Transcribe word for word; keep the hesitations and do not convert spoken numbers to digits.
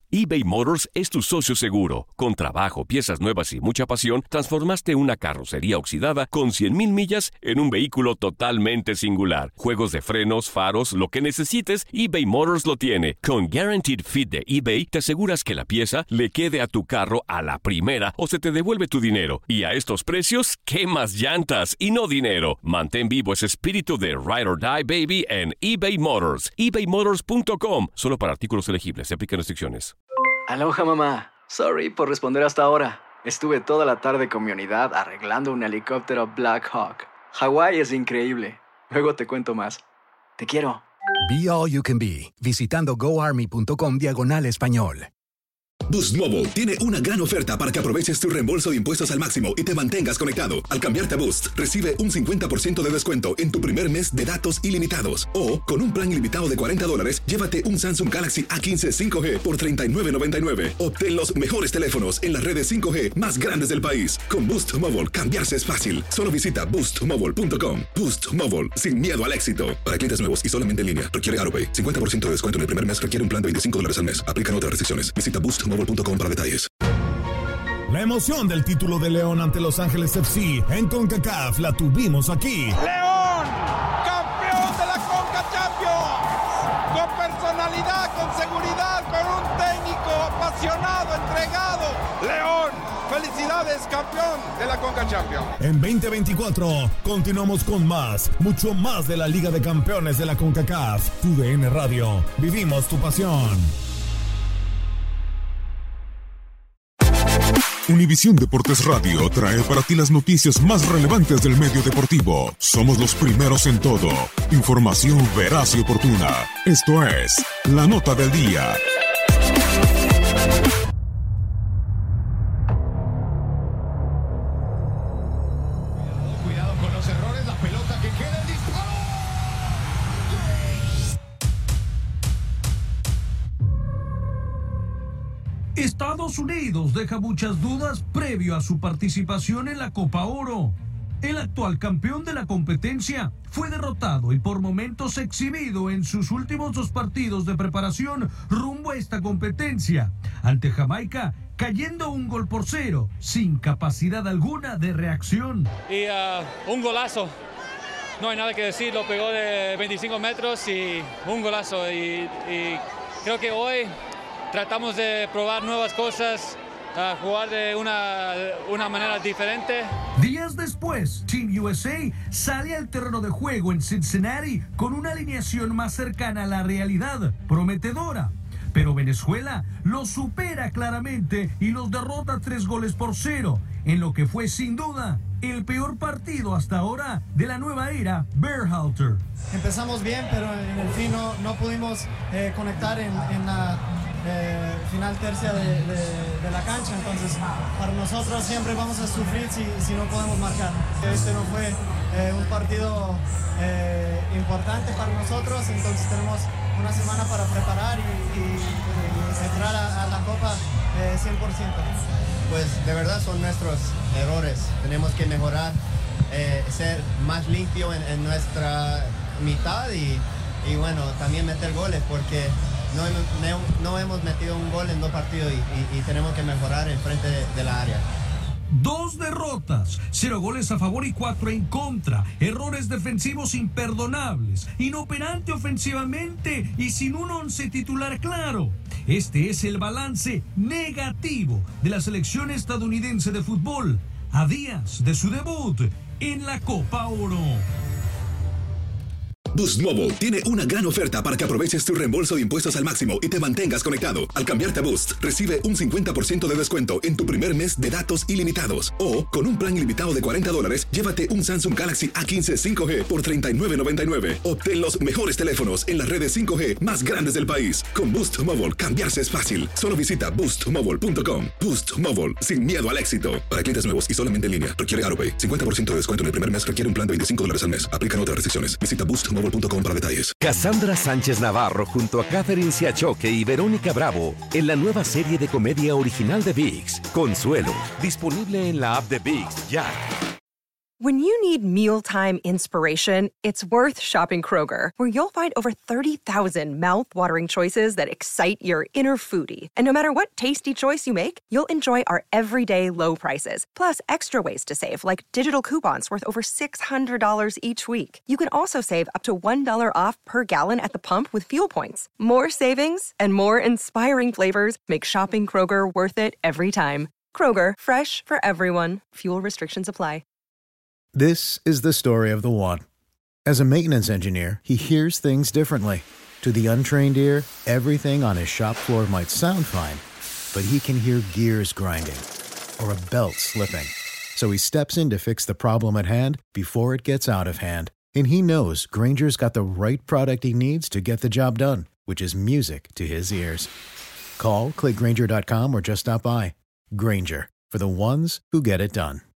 eBay Motors es tu socio seguro. Con trabajo, piezas nuevas y mucha pasión, transformaste una carrocería oxidada con cien mil millas en un vehículo totalmente singular. Juegos de frenos, faros, lo que necesites, eBay Motors lo tiene. Con Guaranteed Fit de eBay, te aseguras que la pieza le quede a tu carro a la primera o se te devuelve tu dinero. Y a estos precios, ¿qué más llantas y no dinero? Mantén vivo ese espíritu de Ride or Die, baby, en eBay Motors. ebay motors punto com. Solo para artículos elegibles. Se aplican restricciones. Aloha, mamá. Sorry por responder hasta ahora. Estuve toda la tarde con mi unidad arreglando un helicóptero Black Hawk. Hawái es increíble. Luego te cuento más. Te quiero. Be All You Can Be, visitando goarmy.com diagonal español. Boost Mobile tiene una gran oferta para que aproveches tu reembolso de impuestos al máximo y te mantengas conectado. Al cambiarte a Boost, recibe un cincuenta por ciento de descuento en tu primer mes de datos ilimitados. O, con un plan ilimitado de cuarenta dólares, llévate un Samsung Galaxy A quince cinco G por treinta y nueve noventa y nueve. Obtén los mejores teléfonos en las redes cinco G más grandes del país. Con Boost Mobile, cambiarse es fácil. Solo visita boost mobile punto com. Boost Mobile, sin miedo al éxito. Para clientes nuevos y solamente en línea, requiere AutoPay. cincuenta por ciento de descuento en el primer mes, requiere un plan de veinticinco dólares al mes. Aplican otras restricciones. Visita boost mobile punto com para detalles. La emoción del título de León ante Los Ángeles F C en CONCACAF la tuvimos aquí. ¡León! ¡Campeón de la Conca Champions! Con personalidad, con seguridad, con un técnico apasionado, entregado. ¡León! ¡Felicidades, campeón de la Conca Champions! En veinte veinticuatro continuamos con más, mucho más de la Liga de Campeones de la CONCACAF. Tu D N Radio. Vivimos tu pasión. Univisión Deportes Radio trae para ti las noticias más relevantes del medio deportivo. Somos los primeros en todo. Información veraz y oportuna. Esto es La Nota del Día. Cuidado con los errores, la pelota que queda, el disparo. Estados Unidos deja muchas dudas previo a su participación en la Copa Oro. El actual campeón de la competencia fue derrotado y por momentos exhibido en sus últimos dos partidos de preparación rumbo a esta competencia, ante Jamaica, cayendo un gol por cero, sin capacidad alguna de reacción. Y uh, un golazo, no hay nada que decir, lo pegó de veinticinco metros y un golazo. Y, y creo que hoy tratamos de probar nuevas cosas, a jugar de una, una manera diferente. Días después, Team U S A sale al terreno de juego en Cincinnati con una alineación más cercana a la realidad, prometedora. Pero Venezuela los supera claramente y los derrota tres goles por cero, en lo que fue sin duda el peor partido hasta ahora de la nueva era Berhalter. Empezamos bien, pero en el fin no, no pudimos eh, conectar en, en la eh, final tercia de, de, de la cancha, entonces para nosotros siempre vamos a sufrir si, si no podemos marcar. Este no fue eh, un partido eh, importante para nosotros, entonces tenemos una semana para preparar y, y, y entrar a, a la Copa eh, cien por ciento. Pues de verdad son nuestros errores, tenemos que mejorar, eh, ser más limpio en, en nuestra mitad y, y bueno, también meter goles porque no, no, no hemos metido un gol en dos partidos y, y, y tenemos que mejorar en frente de, de la área. Dos derrotas, cero goles a favor y cuatro en contra, errores defensivos imperdonables, inoperante ofensivamente y sin un once titular claro. Este es el balance negativo de la selección estadounidense de fútbol a días de su debut en la Copa Oro. Boost Mobile tiene una gran oferta para que aproveches tu reembolso de impuestos al máximo y te mantengas conectado. Al cambiarte a Boost, recibe un cincuenta por ciento de descuento en tu primer mes de datos ilimitados. O, con un plan ilimitado de cuarenta dólares, llévate un Samsung Galaxy A quince cinco G por treinta y nueve noventa y nueve. Obtén los mejores teléfonos en las redes cinco G más grandes del país. Con Boost Mobile, cambiarse es fácil. Solo visita boost mobile punto com. Boost Mobile, sin miedo al éxito. Para clientes nuevos y solamente en línea, requiere AutoPay. cincuenta por ciento de descuento en el primer mes, requiere un plan de veinticinco dólares al mes. Aplican otras restricciones. Visita boost mobile punto com para detalles. Cassandra Sánchez Navarro junto a Catherine Siachoque y Verónica Bravo en la nueva serie de comedia original de ViX, Consuelo, disponible en la app de ViX ya. When you need mealtime inspiration, it's worth shopping Kroger, where you'll find over thirty thousand mouth-watering choices that excite your inner foodie. And no matter what tasty choice you make, you'll enjoy our everyday low prices, plus extra ways to save, like digital coupons worth over six hundred dollars each week. You can also save up to one dollar off per gallon at the pump with fuel points. More savings and more inspiring flavors make shopping Kroger worth it every time. Kroger, fresh for everyone. Fuel restrictions apply. This is the story of the one. As a maintenance engineer, he hears things differently. To the untrained ear, everything on his shop floor might sound fine, but he can hear gears grinding or a belt slipping. So he steps in to fix the problem at hand before it gets out of hand. And he knows Grainger's got the right product he needs to get the job done, which is music to his ears. Call, click Grainger dot com, or just stop by. Grainger, for the ones who get it done.